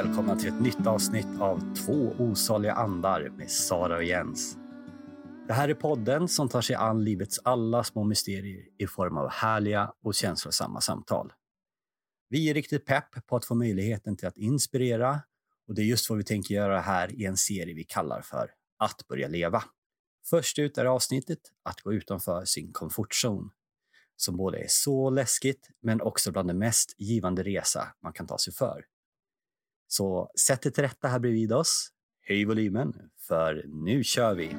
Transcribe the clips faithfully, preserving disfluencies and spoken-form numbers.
välkomna till ett nytt avsnitt av Två osaliga andar med Sara och Jens. Det här är podden som tar sig an livets alla små mysterier i form av härliga och känslosamma samtal. Vi är riktigt pepp på att få möjligheten till att inspirera, och det är just vad vi tänker göra här i en serie vi kallar för Att börja leva. Först ut är avsnittet att gå utanför sin komfortzon, som både är så läskigt men också bland det mest givande resa man kan ta sig för. Så sätt dig till rätta här bredvid oss, höj volymen, för nu kör vi!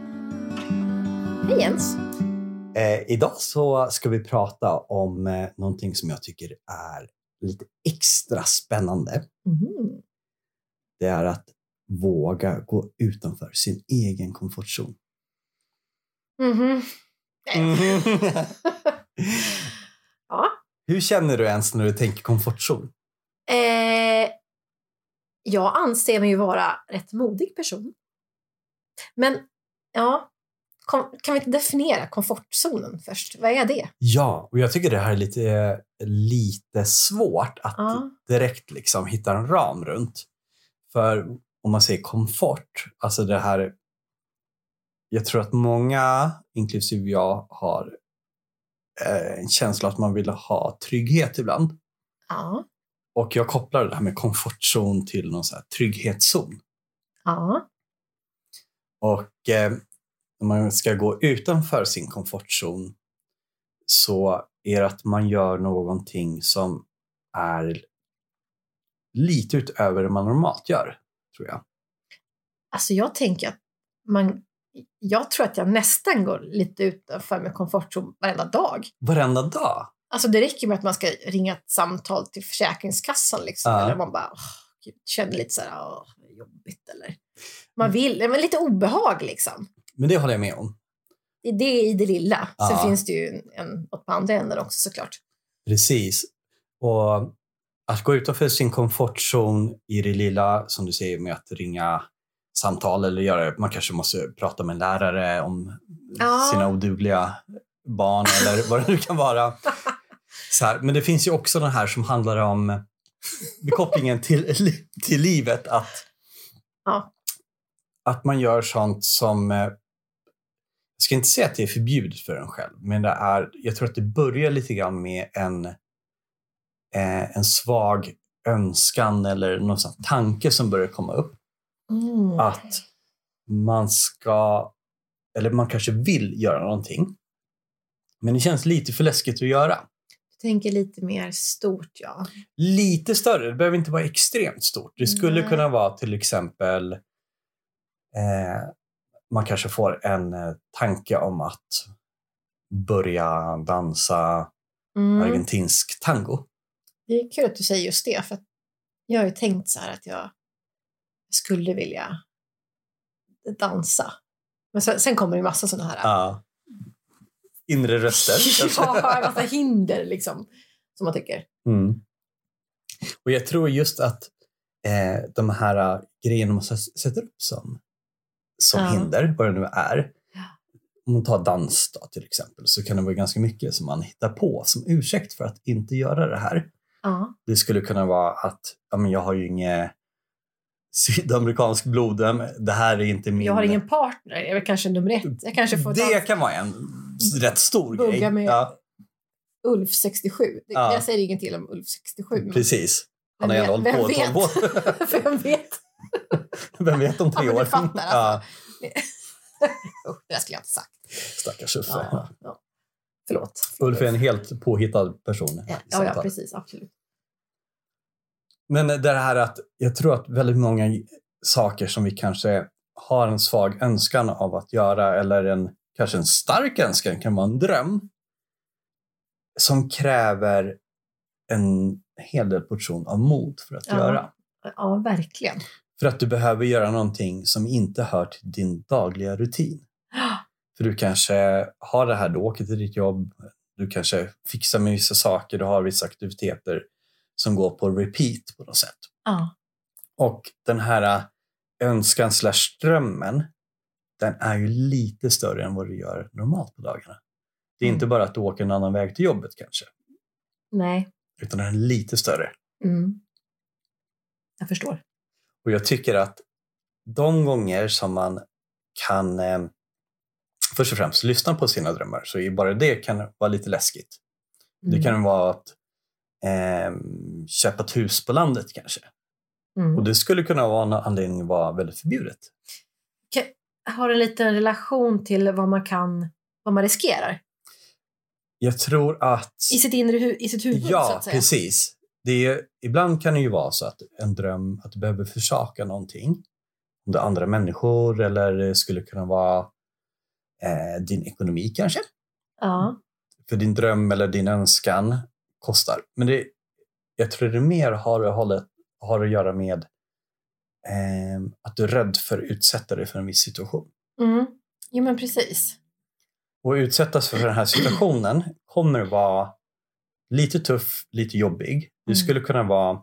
Hej Jens! Eh, idag så ska vi prata om eh, någonting som jag tycker är lite extra spännande. Mm. Det är att våga gå utanför sin egen komfortzon. Mhm. Mm-hmm. Ja. Hur känner du ens när du tänker komfortzon? Eh, jag anser mig ju vara rätt modig person. Men ja, kom, kan vi inte definiera komfortzonen först? Vad är det? Ja, och jag tycker det här är lite, lite svårt att ja. direkt liksom hitta en ram runt. För om man säger komfort, alltså det här, jag tror att många, inklusive jag, har eh, en känsla att man vill ha trygghet ibland. Ja. Och jag kopplar det här med komfortzon till någon så här trygghetszon. Ja. Och eh, när man ska gå utanför sin komfortzon så är det att man gör någonting som är lite utöver det man normalt gör, tror jag. Alltså jag tänker att man, jag tror att jag nästan går lite utanför med komfortzon varenda dag. Varenda dag? Alltså det räcker med att man ska ringa ett samtal till Försäkringskassan liksom, ja. Eller man bara åh, Gud, känner lite så här åh, jobbigt eller man vill, men lite obehag liksom. Men det håller jag med om. Det är det i det lilla. Ja. Sen finns det ju en, en åt på andra änden också såklart. Precis. Och att gå utanför sin komfortzon i det lilla, som du säger, med att ringa samtal eller göra, man kanske måste prata med en lärare om ja. sina odugliga barn eller vad det nu kan vara. Så här, men det finns ju också den här som handlar om kopplingen till, till livet, att, ja. att man gör sånt som, jag ska inte säga att det är förbjudet för en själv, men det är, jag tror att det börjar lite grann med en eh, en svag önskan eller någon sån tanke som börjar komma upp. Mm. Att man ska, eller man kanske vill göra någonting, men det känns lite för läskigt att göra. Du tänker lite mer stort, ja. Lite större, det behöver inte vara extremt stort. Det skulle Nej. kunna vara till exempel eh, man kanske får en eh, tanke om att börja dansa mm. argentinsk tango. Det är kul att du säger just det, för att jag har ju tänkt så här att jag skulle vilja dansa. Men sen, sen kommer det ju massa sådana här Ja. Inre röster. ja, en massa hinder liksom, som man tycker. Mm. Och jag tror just att eh, de här grejerna man sätter upp som, som ja. hinder, vad det nu är. Ja. Om man tar dans då, till exempel, så kan det vara ganska mycket som man hittar på som ursäkt för att inte göra det här. Ja. Det skulle kunna vara att ja, men jag har ju inget sydamerikansk blod. Det här är inte min... Jag har ingen partner. Jag är kanske nummer ett. Jag kanske får det kan vara en rätt stor bugga grej. med Ja. Ulf sextiosju. Ja. Jag säger inget till om Ulf sextiosju. Precis. Han har ändå hållit på tolv år. Vem vet? Vem vet om tre ja, år? Du fattar, alltså. Ja. oh, det skulle jag inte sagt. Stackars Uffe. Ja, ja. Förlåt. Ulf är en helt påhittad person. Ja, ja, ja, precis. Absolut. Men det här att jag tror att väldigt många saker som vi kanske har en svag önskan av att göra, eller en kanske en stark önskan, kan vara en dröm som kräver en hel del portion av mod för att ja. göra. Ja, verkligen. För att du behöver göra någonting som inte hör till din dagliga rutin. För du kanske har det här, du åker till ditt jobb, du kanske fixar med vissa saker, du har vissa aktiviteter som går på repeat på något sätt. Ja. Och den här önskan slash drömmen, den är ju lite större än vad du gör normalt på dagarna. Det är mm. inte bara att du åker en annan väg till jobbet kanske. Nej. Utan den är lite större. Mm. Jag förstår. Och jag tycker att de gånger som man kan eh, först och främst lyssna på sina drömmar, så är bara det kan vara lite läskigt. Mm. Det kan vara att eh, köpa ett hus på landet kanske. Mm. Och det skulle kunna vara en anledning att vara väldigt förbjudet. Har en liten relation till vad man kan, vad man riskerar? Jag tror att... I sitt inre hu- i sitt huvud, ja, så att säga. Ja, precis. Det är, ibland kan det ju vara så att en dröm, att du behöver försaka någonting. Om det är andra människor, eller det skulle kunna vara eh, din ekonomi kanske. Ja. För din dröm eller din önskan kostar. Men det, jag tror det mer har, har, har att göra med eh, att du är rädd för att utsätta dig för en viss situation. Mm. Jo, men precis. Och utsättas för den här situationen kommer vara lite tuff, lite jobbig. Det mm. skulle kunna vara,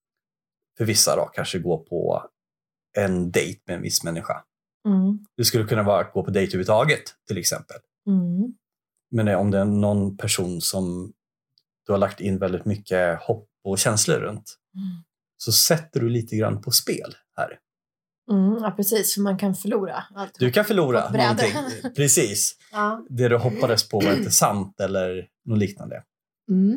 för vissa då, kanske gå på en dejt med en viss människa. Mm. Det skulle kunna vara att gå på dejt överhuvudtaget, till exempel. Mm. Men om det är någon person som du har lagt in väldigt mycket hopp och känslor runt, mm. så sätter du lite grann på spel här. Mm, ja, precis. För man kan förlora allt. Du kan förlora någonting. Precis. Ja. Det du hoppades på var inte sant eller något liknande. Mm.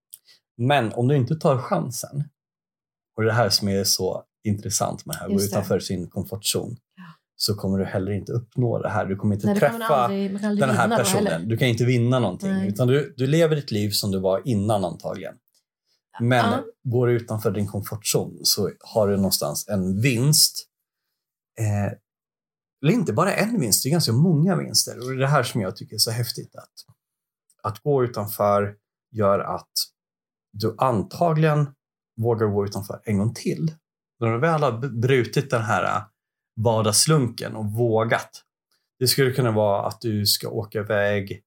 Men om du inte tar chansen, och det här som är så intressant med det här, gå utanför sin komfortzon, ja. Så kommer du heller inte uppnå det här. Du kommer inte Nej, träffa aldrig, den här personen. Du kan inte vinna någonting. Nej. Utan du, du lever ditt liv som du var innan antagligen. Men ja. Går du utanför din komfortzon så har du någonstans en vinst. Eh, eller inte bara en vinst, det är ganska många vinster. Och det är det här som jag tycker är så häftigt. Att, att gå utanför gör att du antagligen vågar gå utanför en gång till. När du väl har brutit den här vardagslunken och vågat. Det skulle kunna vara att du ska åka iväg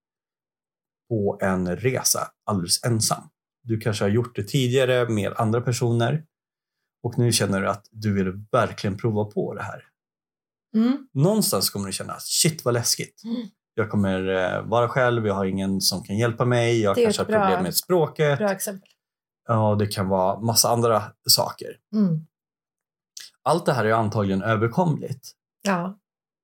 på en resa alldeles ensam. Du kanske har gjort det tidigare med andra personer. Och nu känner du att du vill verkligen prova på det här. Mm. Någonstans kommer du känna, shit vad läskigt. Mm. Jag kommer eh, vara själv, jag har ingen som kan hjälpa mig. Jag kanske har bra, problem med språket. Bra exempel. Ja, det kan vara massa andra saker. Mm. Allt det här är antagligen överkomligt. Ja.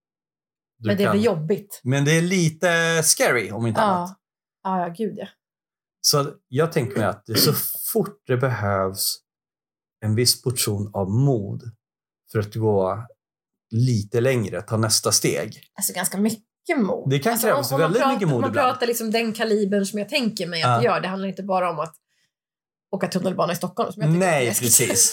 Du men det kan... är jobbigt. Men det är lite scary om inte ja. annat. Ja, ja, gud ja. Så jag tänker mig att det så fort det behövs en viss portion av mod för att gå lite längre, ta nästa steg. Alltså ganska mycket mod. Det kan alltså, krävas om, väldigt om pratar, mycket mod om man ibland. pratar liksom den kalibern som jag tänker mig att ja. det gör. Det handlar inte bara om att åka tunnelbana i Stockholm. Som jag Nej, precis.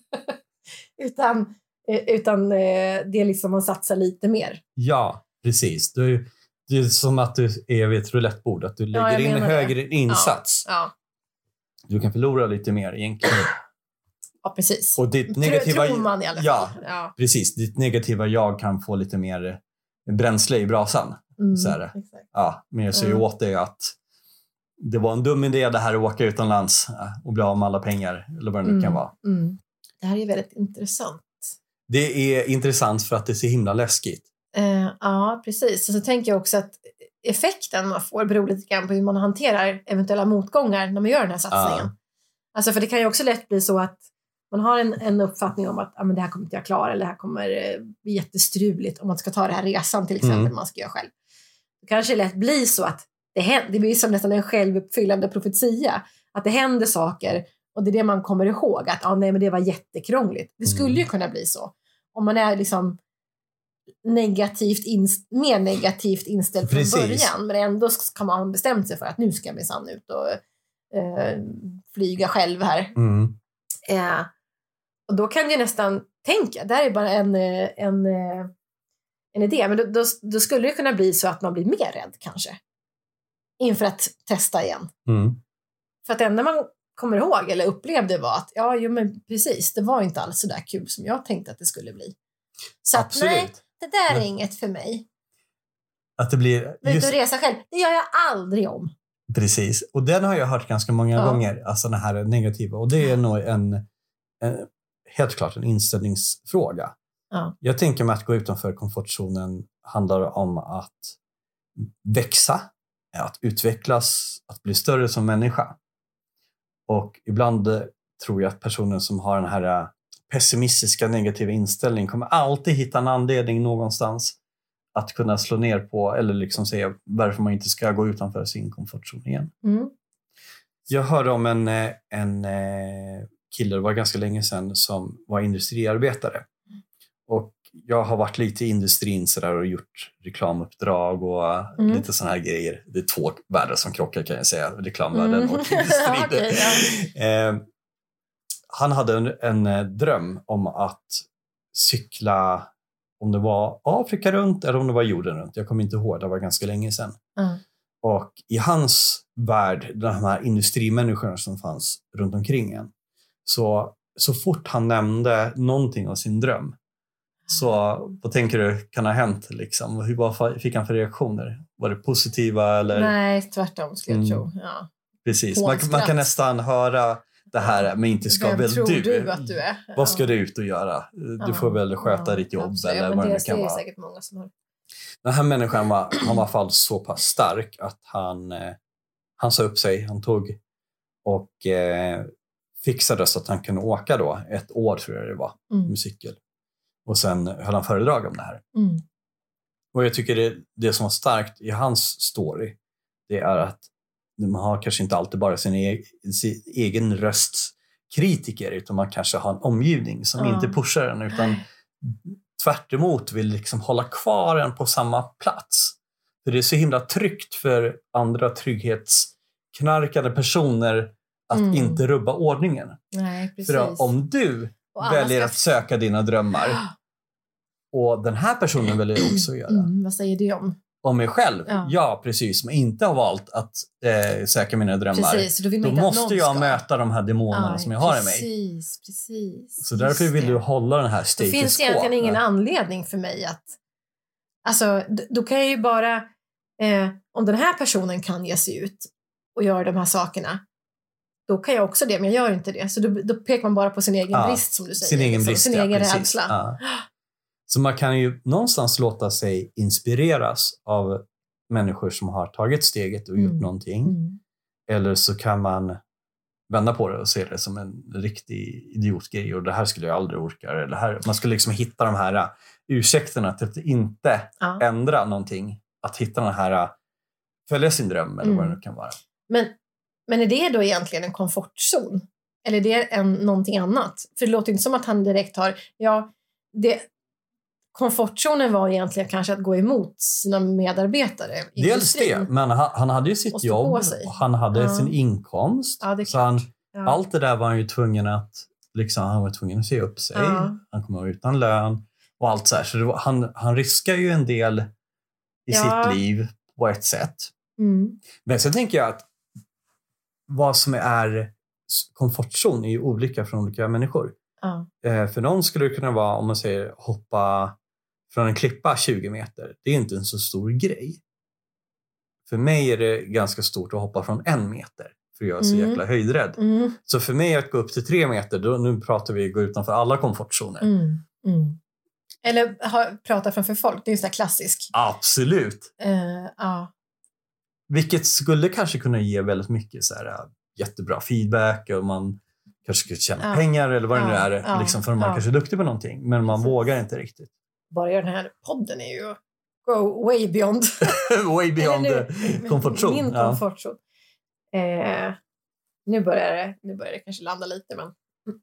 utan utan det är liksom man satsar lite mer. Ja, precis. Du, det är som att du är vid ett roulettebord. Att du lägger ja, in en högre det. insats. Ja. Ja. Du kan förlora lite mer egentligen. Ja, precis. Och ditt negativa, tror man i alla fall. Ja, ja, precis. Ditt negativa jag kan få lite mer bränsle i brasan. Mm, så här. Ja, men jag säger mm. åt dig att det var en dum idé det här att åka utomlands och bli av med alla pengar. Eller vad det nu mm, kan vara. Mm. Det här är väldigt intressant. Det är intressant för att det är så himla läskigt. Uh, ja, precis. Och så tänker jag också att effekten man får beror lite grann på hur man hanterar eventuella motgångar när man gör den här satsningen. Uh. Alltså för det kan ju också lätt bli så att man har en, en uppfattning om att ah, men det här kommer inte jag klara eller det här kommer eh, bli jättestruligt om man ska ta den här resan till exempel mm. man ska göra själv. Det kanske lätt blir så att det, händer, det blir som nästan en självuppfyllande profetia. Att det händer saker och det är det man kommer ihåg. Att ah, nej, men det var jättekrångligt. Det skulle mm. ju kunna bli så. Om man är liksom negativt inst- mer negativt inställd från Precis. början. Men ändå kan man ha bestämt sig för att nu ska jag minsann ut och eh, flyga själv här. Mm. Eh, och då kan jag nästan tänka, det här är bara en, en, en idé, men då, då, då skulle det kunna bli så att man blir mer rädd kanske. Inför att testa igen. Mm. För att det enda man kommer ihåg eller upplevde var att ja, jo, men precis, det var inte alls så där kul som jag tänkte att det skulle bli. Så att Absolut. nej, det där är men, inget för mig. Att det blir... Just... Ut och resa själv, det gör jag aldrig om. Precis, och den har jag hört ganska många ja. gånger, alltså den här negativa. Och det är nog en, en helt klart en inställningsfråga. Ja. Jag tänker mig att gå utanför komfortzonen handlar om att växa, att utvecklas, att bli större som människa. Och ibland tror jag att personer som har den här pessimistiska, negativa inställning kommer alltid hitta en anledning någonstans att kunna slå ner på eller liksom säga varför man inte ska gå utanför sin komfortzon igen. Mm. Jag hörde om en, en kille, det var ganska länge sedan, som var industriarbetare. Och jag har varit lite i industrin så där och gjort reklamuppdrag och mm. lite såna här grejer. Det är två världar som krockar kan jag säga, reklamvärlden mm. och industrin. Okay, ja. eh, han hade en, en dröm om att cykla, om det var Afrika runt eller om det var jorden runt. Jag kommer inte ihåg, det var ganska länge sedan. Mm. Och i hans värld, de här industrimänniskorna som fanns runt omkring en, så, så fort han nämnde någonting av sin dröm, så vad tänker du kan ha hänt liksom? Hur var, fick han för reaktioner? Var det positiva eller? Nej, tvärtom skulle jag tro. Ja. Precis, man, man kan nästan höra det här, men inte ska Vem väl tror du? du att du är? Vad ska du ut och göra? Du ja. får väl sköta ja, ditt jobb absolut. eller ja, vad det, det kan vara. Det är säkert många som har. Den här människan var, han var i alla fall så pass stark att han, eh, han sa upp sig, han tog och eh, fixade så att han kunde åka då ett år tror jag det var, mm. med cykel. Och sen höll han föredrag om det här. Mm. Och jag tycker det, det som var starkt i hans story, det är att man har kanske inte alltid bara sin, e- sin egen röstkritiker, utan man kanske har en omgivning som mm. inte pushar den, utan tvärt emot vill liksom hålla kvar den på samma plats. För det är så himla tryggt för andra trygghetsknarkade personer att mm. inte rubba ordningen. Nej, precis. För om du väljer ska... att söka dina drömmar och den här personen väljer också göra. Mm, vad säger du om? Om mig själv, ja, ja precis. Men inte har valt att eh, söka mina drömmar. Precis, då, då måste jag ska... möta de här demonerna Aj, som jag har precis, i mig. Precis, precis. Så därför vill du hålla den här status quo. Det finns egentligen ingen anledning för mig att... Alltså, då kan jag ju bara... Eh, om den här personen kan ge sig ut och göra de här sakerna, då kan jag också det, men jag gör inte det. Så då, då pekar man bara på sin egen ja, brist, som du säger. Sin egen liksom, brist, sin ja, egen precis. rädsla. Ja. Så man kan ju någonstans låta sig inspireras av människor som har tagit steget och gjort mm. någonting. Mm. Eller så kan man vända på det och se det som en riktig idiotgrej. Och det här skulle jag aldrig orka. Eller här. Man skulle liksom hitta de här ursäkterna till att inte ja. ändra någonting. Att hitta den här, följa sin dröm eller mm. vad det nu kan vara. Men, men är det då egentligen en komfortzon? Eller är det en, någonting annat? För det låter inte som att han direkt har... Ja, det... Komfortzonen var egentligen kanske att gå emot sina medarbetare. Dels det, men han, han hade ju sitt jobb och han hade ja. sin inkomst. Ja, så han, ja. allt det där var han ju tvungen att, liksom, han var tvungen att se upp sig. Ja. Han kom vara utan lön och allt så här. Så det var, han, han riskar ju en del i ja. sitt liv på ett sätt. Mm. Men sen tänker jag att vad som är komfortzon är ju olika från olika människor. Ja. Eh, för någon skulle det kunna vara, om man säger hoppa från en klippa tjugo meter. Det är inte en så stor grej. För mig är det ganska stort att hoppa från en meter. För jag är så mm. jäkla höjdrädd. Mm. Så för mig att gå upp till tre meter, då, nu pratar vi gå utanför alla komfortzoner. Mm. Mm. Eller ha, prata framför folk, det är ju så här klassisk. Absolut. Uh, uh. Vilket skulle kanske kunna ge väldigt mycket så här, jättebra feedback och man kanske skulle tjäna ja. pengar eller vad det nu är, ja. liksom, för man ja. kanske är duktig på någonting, men man Precis. vågar inte riktigt. Bara den här podden är ju go way beyond. way beyond komfortzon. Min komfortzon. Ja. Eh, nu, börjar det, nu börjar det kanske landa lite, men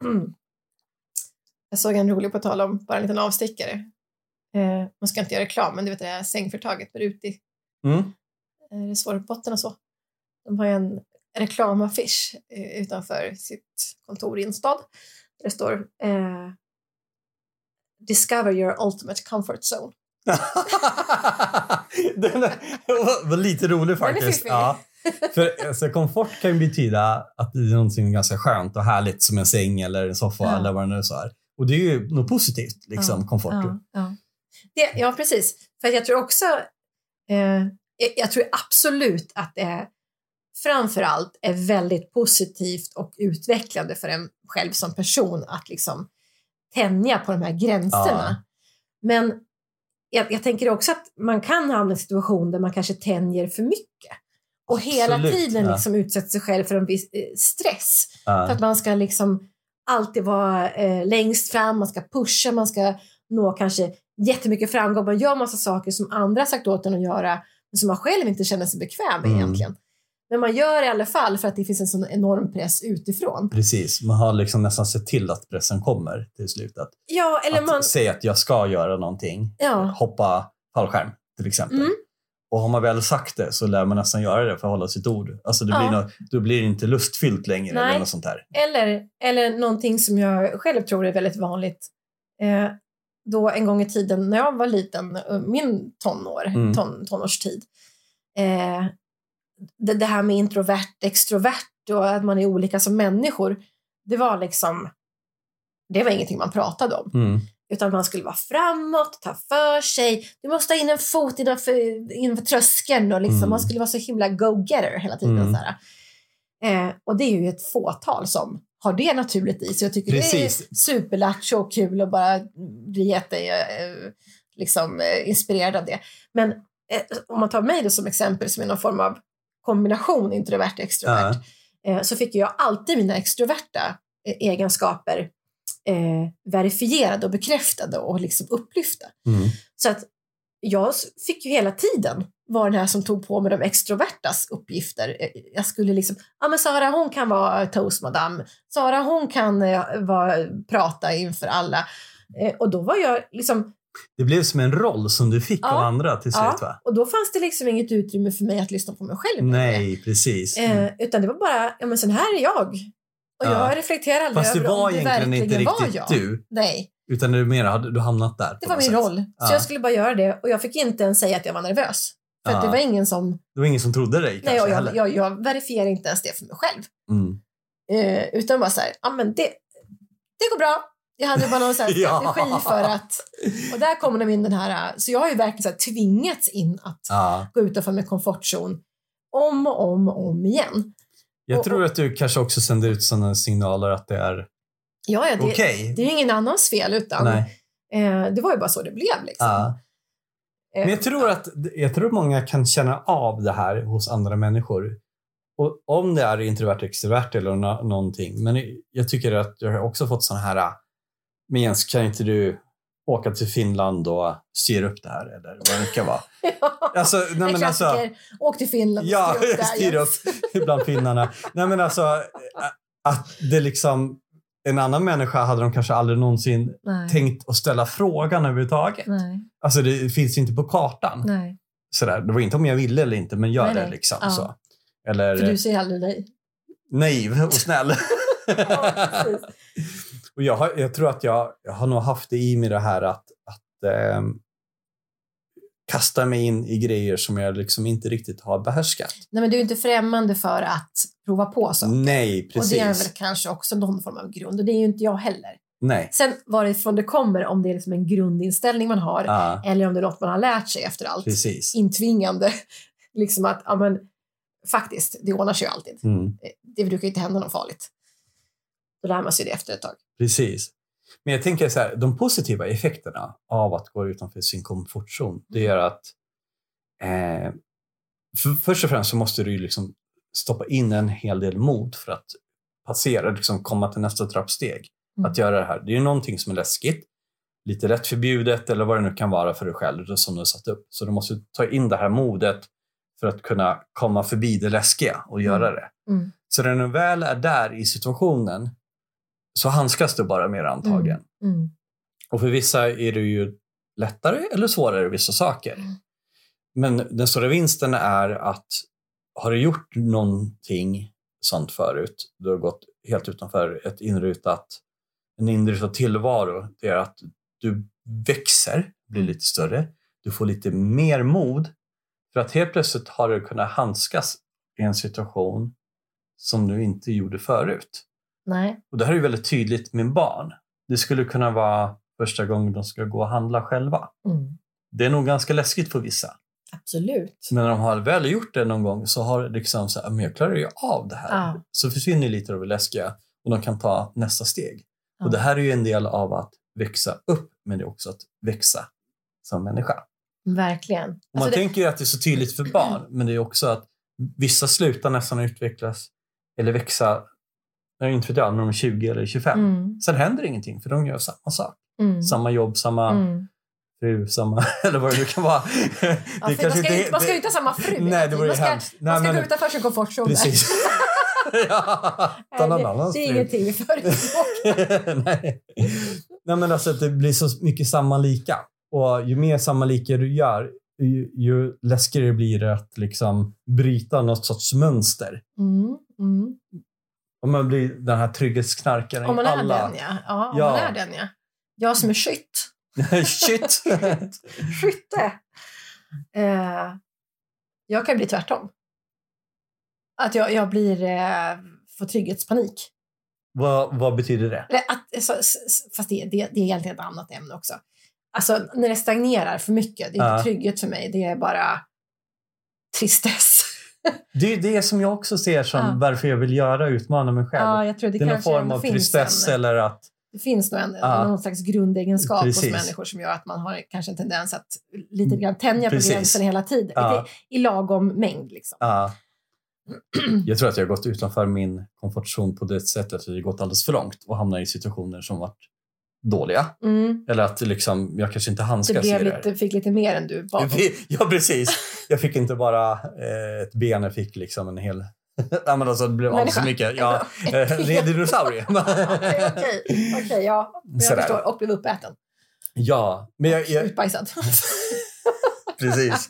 jag såg en rolig på tal om, bara en liten avstickare. Eh, man ska inte göra reklam, men du vet det här sängföretaget med Ruti. Mm. Eh, det är svårbotten och så. De har ju en reklamaffisch eh, utanför sitt kontor i en stad. Det står eh, Discover your ultimate comfort zone. Den var lite rolig faktiskt. Ja. För alltså, komfort kan ju betyda att det är någonting ganska skönt och härligt som en säng eller en soffa ja. eller vad det nu så är. Och det är ju något positivt, liksom, ja. komfort. Ja, ja. Det, ja, precis. För jag tror också eh, jag, jag tror absolut att det är framförallt är väldigt positivt och utvecklande för en själv som person att liksom tänja på de här gränserna. Ja. Men jag, jag tänker också att man kan hamna i en situation där man kanske tänjer för mycket. Och Absolut, hela tiden liksom ja. utsätter sig själv för en viss stress. Ja. För att man ska liksom alltid vara eh, längst fram, man ska pusha, man ska nå kanske jättemycket framgång, man gör massa saker som andra sagt åt en att göra, men som man själv inte känner sig bekväm med mm. egentligen. Men man gör det i alla fall för att det finns en sån enorm press utifrån. Precis, man har liksom nästan sett till att pressen kommer till slut. Att, ja, eller att man... säga att jag ska göra någonting. Ja. Hoppa fallskärm till exempel. Mm. Och har man väl sagt det så lär man nästan göra det för att hålla sitt ord. Alltså det blir, ja. något, då blir det inte lustfyllt längre. Nej. Eller något sånt där. Eller, eller någonting som jag själv tror är väldigt vanligt. Eh, då en gång i tiden när jag var liten, min tonår, mm. ton, tonårstid. Eh, det, det här med introvert, extrovert och att man är olika som människor. Det var liksom, det var ingenting man pratade om. Mm. Utan man skulle vara framåt, ta för sig. Du måste ha in en fot innanför, innanför tröskeln. Och liksom, mm. man skulle vara så himla go-getter hela tiden. Mm. Så här. Eh, och det är ju ett fåtal som har det naturligt i. Så jag tycker Precis. Det är superlattjo och kul att bara bli jätte, eh, liksom, eh, inspirerad av det. Men eh, om man tar mig då som exempel som är någon form av kombination introvert och extrovert. Uh. Eh, så fick jag alltid mina extroverta eh, egenskaper Eh, verifierade och bekräftade och liksom upplyfta. Mm. Så att jag fick ju hela tiden vara den här som tog på mig de extrovertas uppgifter. Jag skulle liksom, ja men Sara hon kan vara toastmadam. Sara hon kan eh, vara, prata inför alla. Eh, och då var jag liksom... Det blev som en roll som du fick ja, av andra till slut, ja, va? Och då fanns det liksom inget utrymme för mig att lyssna på mig själv. Nej, precis. Eh, utan det var bara, ja men sån här är jag. Och jag ja. reflekterar aldrig Fast det över var om det egentligen inte riktigt jag. du. Nej. Utan du mer hade du hamnat där. Det var min sätt. roll. Så ja. jag skulle bara göra det. Och jag fick inte ens säga att jag var nervös. För ja. att det var ingen som... Det var ingen som trodde dig Nej, kanske jag, jag, jag, jag verifierar inte ens det för mig själv. Mm. Uh, utan bara så här, ja men det, det går bra. Jag hade bara någon så här strategi ja. för att... Och där kommer de in den här... Så jag har ju verkligen så här tvingats in att ja. gå utanför min komfortzon. Om och om och om igen. Jag och, tror och, att du kanske också sänder ut sådana signaler att det är ja, ja, det, okej. Det är ju ingen annans fel utan eh, det var ju bara så det blev liksom. Ja. Men jag tror att jag tror många kan känna av det här hos andra människor. Och om det är introvert extrovert eller no- någonting. Men jag tycker att jag har också fått såna här, men Jens, kan inte du åka till Finland och styra upp det här eller vad det kan vara. ja, alltså, nej, men alltså, åk till Finland och ja, styr upp det här. styr upp bland finnarna. Nej men alltså att det liksom en annan människa hade de kanske aldrig någonsin nej. tänkt att ställa frågan överhuvudtaget. Nej. Alltså det finns inte på kartan. Nej. Sådär. Det var inte om jag ville eller inte, men gör nej, det liksom. Ja. Så. Eller, för du säger aldrig nej. Naiv och snäll. ja, och jag, har, jag tror att jag, jag har nog haft det i mig det här att, att eh, kasta mig in i grejer som jag liksom inte riktigt har behärskat. Nej, men du är inte främmande för att prova på saker. Nej, precis. Och det är väl kanske också någon form av grund. Och det är ju inte jag heller. Nej. Sen varifrån det kommer, om det är liksom en grundinställning man har. Ah. Eller om det är något man har lärt sig efter allt. Precis. Intvingande. liksom att, ja men faktiskt, det ordnar sig ju alltid. Mm. Det brukar ju inte hända något farligt. Då lär man sig det efter ett tag. Precis. Men jag tänker så här, de positiva effekterna av att gå utanför sin komfortzon, det är att eh, för, först och främst så måste du ju liksom stoppa in en hel del mod för att passera, liksom komma till nästa trappsteg. Mm. Att göra det här. Det är ju någonting som är läskigt, lite lätt förbjudet eller vad det nu kan vara för dig själv som du har satt upp. Så du måste ta in det här modet för att kunna komma förbi det läskiga och göra det. Mm. Så när du väl är där i situationen så handskas du bara mer antagligen. Mm. Mm. Och för vissa är det ju lättare eller svårare vissa saker. Mm. Men den stora vinsten är att har du gjort någonting sånt förut, du har gått helt utanför ett inrutat, en inrutad tillvaro, det är att du växer, blir lite större, du får lite mer mod för att helt plötsligt har du kunnat handskas i en situation som du inte gjorde förut. Nej. Och det här är ju väldigt tydligt med barn. Det skulle kunna vara första gången de ska gå och handla själva. Mm. Det är nog ganska läskigt för vissa. Absolut. Men när de har väl gjort det någon gång så har det liksom så här, men jag klarar ju av det här. Ja. Så försvinner lite av det läskiga och de kan ta nästa steg. Ja. Och det här är ju en del av att växa upp, men det är också att växa som människa. Verkligen. Och man alltså det... tänker ju att det är så tydligt för barn, men det är också att vissa slutar nästan utvecklas eller växa inte vet jag, när de är tjugo eller tjugofem. Mm. Sen händer ingenting för de gör samma sak. Mm. Samma jobb, samma Mm. fru, samma... Eller vad det nu kan vara. Ja, det man, ska inte, inte, man ska ju inte ha samma fru. Nej, det vore man ska, hemskt. Nej, man ska men, gå utanför sin komfortzon. precis. ja, ta någon annans det, det är fru. ingenting vi förespråkar. Nej. Nej, men alltså att det blir så mycket samma lika. Och ju mer samma lika du gör, ju, ju läskigare blir det att liksom bryta något sorts mönster. Mm, mm. Om man blir den här trygghetsknarkaren. Om man är alla... den, ja. Ja, om Ja. man är den, ja. Jag som är skytt. Shit! Skytte. Eh, jag kan bli tvärtom. Att jag, jag blir... Eh, får trygghetspanik. vad, vad betyder det? Eller att, så, fast det, det, det är egentligen ett annat ämne också. Alltså, när det stagnerar för mycket, det är Ja. inte trygghet för mig. Det är bara tristess. Det är det som jag också ser som Ja. varför jag vill göra, utmana mig själv. Ja, jag tror det, det är någon kanske form ändå av finns tristess en, eller att... det finns nog en, Ja. någon slags grundegenskap Precis. hos människor som gör att man har kanske en tendens att lite grann tänja på Precis. gränsen hela tiden. Ja. I, I lagom mängd liksom. Ja. Jag tror att jag har gått utanför min komfortzon på det sättet att jag har gått alldeles för långt och hamnat i situationer som varit dåliga. Mm. Eller att liksom, jag kanske inte Du handskas blev i det. lite, fick lite mer än du bad om. Ja, precis. Jag fick inte bara eh, ett ben, jag fick liksom en hel... Ja, men alltså, det blev alldeles så mycket. Ja, eh, en dinosaurie. Okej, okej. Okej, ja. Jag Sådär. förstår. Och blev uppäten. Ja, men jag... jag Utbajsad. precis.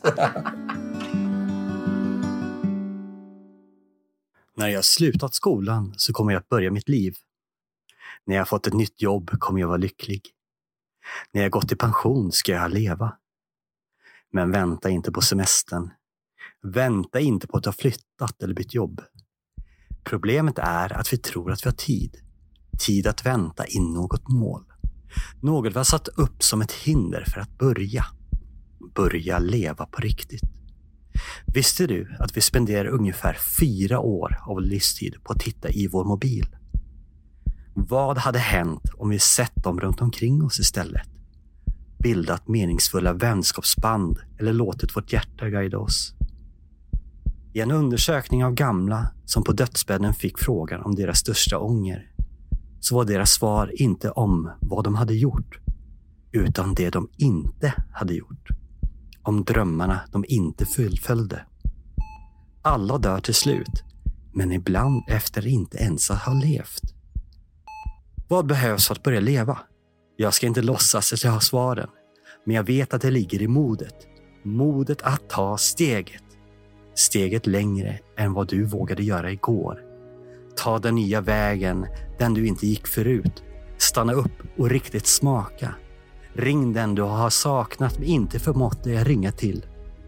När jag slutat skolan så kommer jag att börja mitt liv. När jag fått ett nytt jobb kommer jag vara lycklig. När jag gått i pension ska jag leva. Men vänta inte på semestern. Vänta inte på att ha flyttat eller bytt jobb. Problemet är att vi tror att vi har tid. Tid att vänta in något mål. Något vi har satt upp som ett hinder för att börja. Börja leva på riktigt. Visste du att vi spenderar ungefär fyra år av livstid på att titta i vår mobil? Vad hade hänt om vi sett dem runt omkring oss istället? Bildat meningsfulla vänskapsband eller låtit vårt hjärta guida oss? I en undersökning av gamla som på dödsbädden fick frågan om deras största ånger så var deras svar inte om vad de hade gjort utan det de inte hade gjort. Om drömmarna de inte fullföljde. Alla dör till slut, men ibland efter inte ens att ha levt. Vad behövs för att börja leva? Jag ska inte låtsas att jag har svaren, men jag vet att det ligger i modet. Modet att ta steget. Steget längre än vad du vågade göra igår. Ta den nya vägen, den du inte gick förut. Stanna upp och riktigt smaka. Ring den du har saknat men inte förmått dig att ringa till.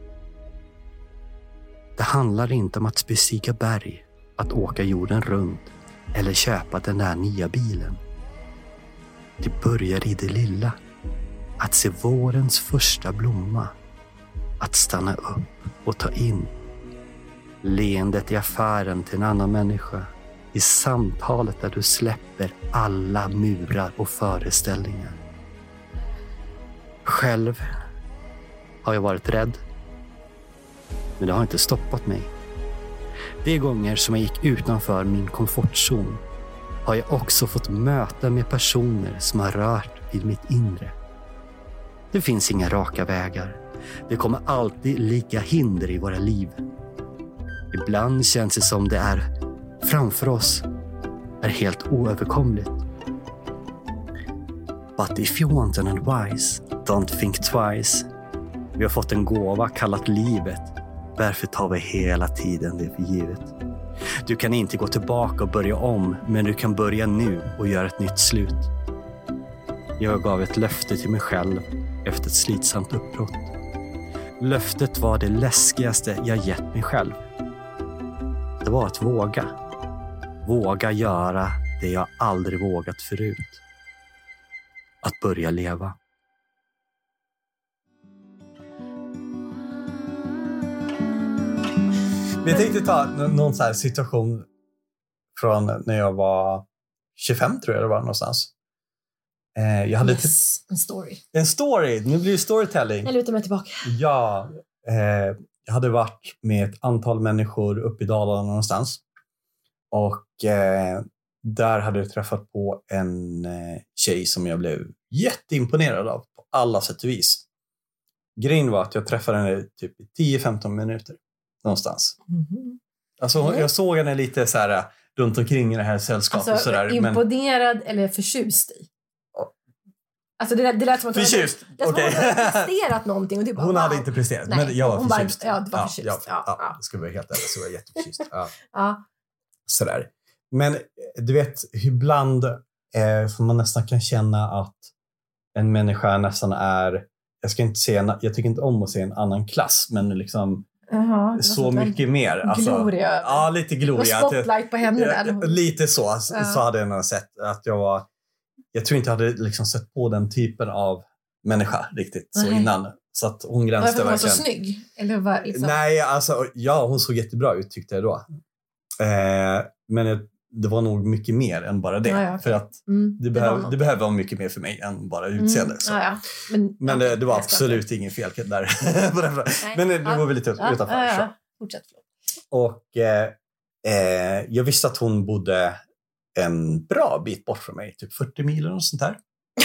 Det handlar inte om att bestiga berg, att åka jorden runt eller köpa den där nya bilen. Det börjar i det lilla. Att se vårens första blomma. Att stanna upp och ta in. Leendet i affären till en annan människa. I samtalet där du släpper alla murar och föreställningar. Själv har jag varit rädd. Men det har inte stoppat mig. De gånger som jag gick utanför min komfortzon har jag också fått möta med personer som har rört vid mitt inre. Det finns inga raka vägar. Det kommer alltid lika hinder i våra liv. Ibland känns det som det är framför oss är helt oöverkomligt. But if you want an advice, don't think twice. Vi har fått en gåva kallat livet. Därför tar vi hela tiden det för givet. Du kan inte gå tillbaka och börja om, men du kan börja nu och göra ett nytt slut. Jag gav ett löfte till mig själv efter ett slitsamt uppbrott. Löftet var det läskigaste jag gett mig själv. Det var att våga. Våga göra det jag aldrig vågat förut. Att börja leva. Jag tänkte ta någon så här situation från när jag var tjugofem, tror jag det var någonstans. Eh, jag hade Yes, typ en story. en story. Nu blir det storytelling. Jag lutar mig tillbaka. Ja, eh, jag hade varit med ett antal människor uppe i Dalarna någonstans. Och eh, där hade jag träffat på en eh, tjej som jag blev jätteimponerad av på alla sätt och vis. Grejen var att jag träffade henne typ tio femton minuter någonstans. Mm-hmm. Alltså mm. jag såg henne lite så här runt omkring i det här sällskapet. Alltså, så där, imponerad men... eller förtjust i? Alltså det, det lät som att förtjust. hon hade, okay. hade presterat någonting. Och du bara, hon wow. hade inte presterat, Nej, men jag var hon förtjust. Bara, ja, du var ja, förtjust. Ja, ja, ja, ja. Det skulle vara helt ärligt, så var jag jätteförtjust. Ja. ja. Sådär. Men du vet, ibland eh, får man nästan kan känna att en människa nästan är, jag ska inte säga, jag tycker inte om att se en annan klass, men liksom uh-huh, så mycket mer. Alltså, gloria. Ja, lite gloria. Spotlight på henne där. Ja, lite så, uh-huh. så hade jag nog sett att jag var, jag tror inte jag hade liksom sett på den typen av människa riktigt så uh-huh. innan. Så att hon gränsade verkligen. Var hon så verkligen. snygg? Eller var, liksom... Nej, alltså, ja, hon såg jättebra ut tyckte jag då. Eh, men det var nog mycket mer än bara det. Ja, ja. För att mm, det, det, behöv, det behöver vara mycket mer för mig än bara utseende. Mm, ja, ja. Men, men ja, det, det var absolut ingen fel där. Men det, det var väl lite ja, utanför. Ja, ja. Fortsätt, och eh, eh, jag visste att hon bodde en bra bit bort från mig. Typ fyrtio mil eller något sånt där.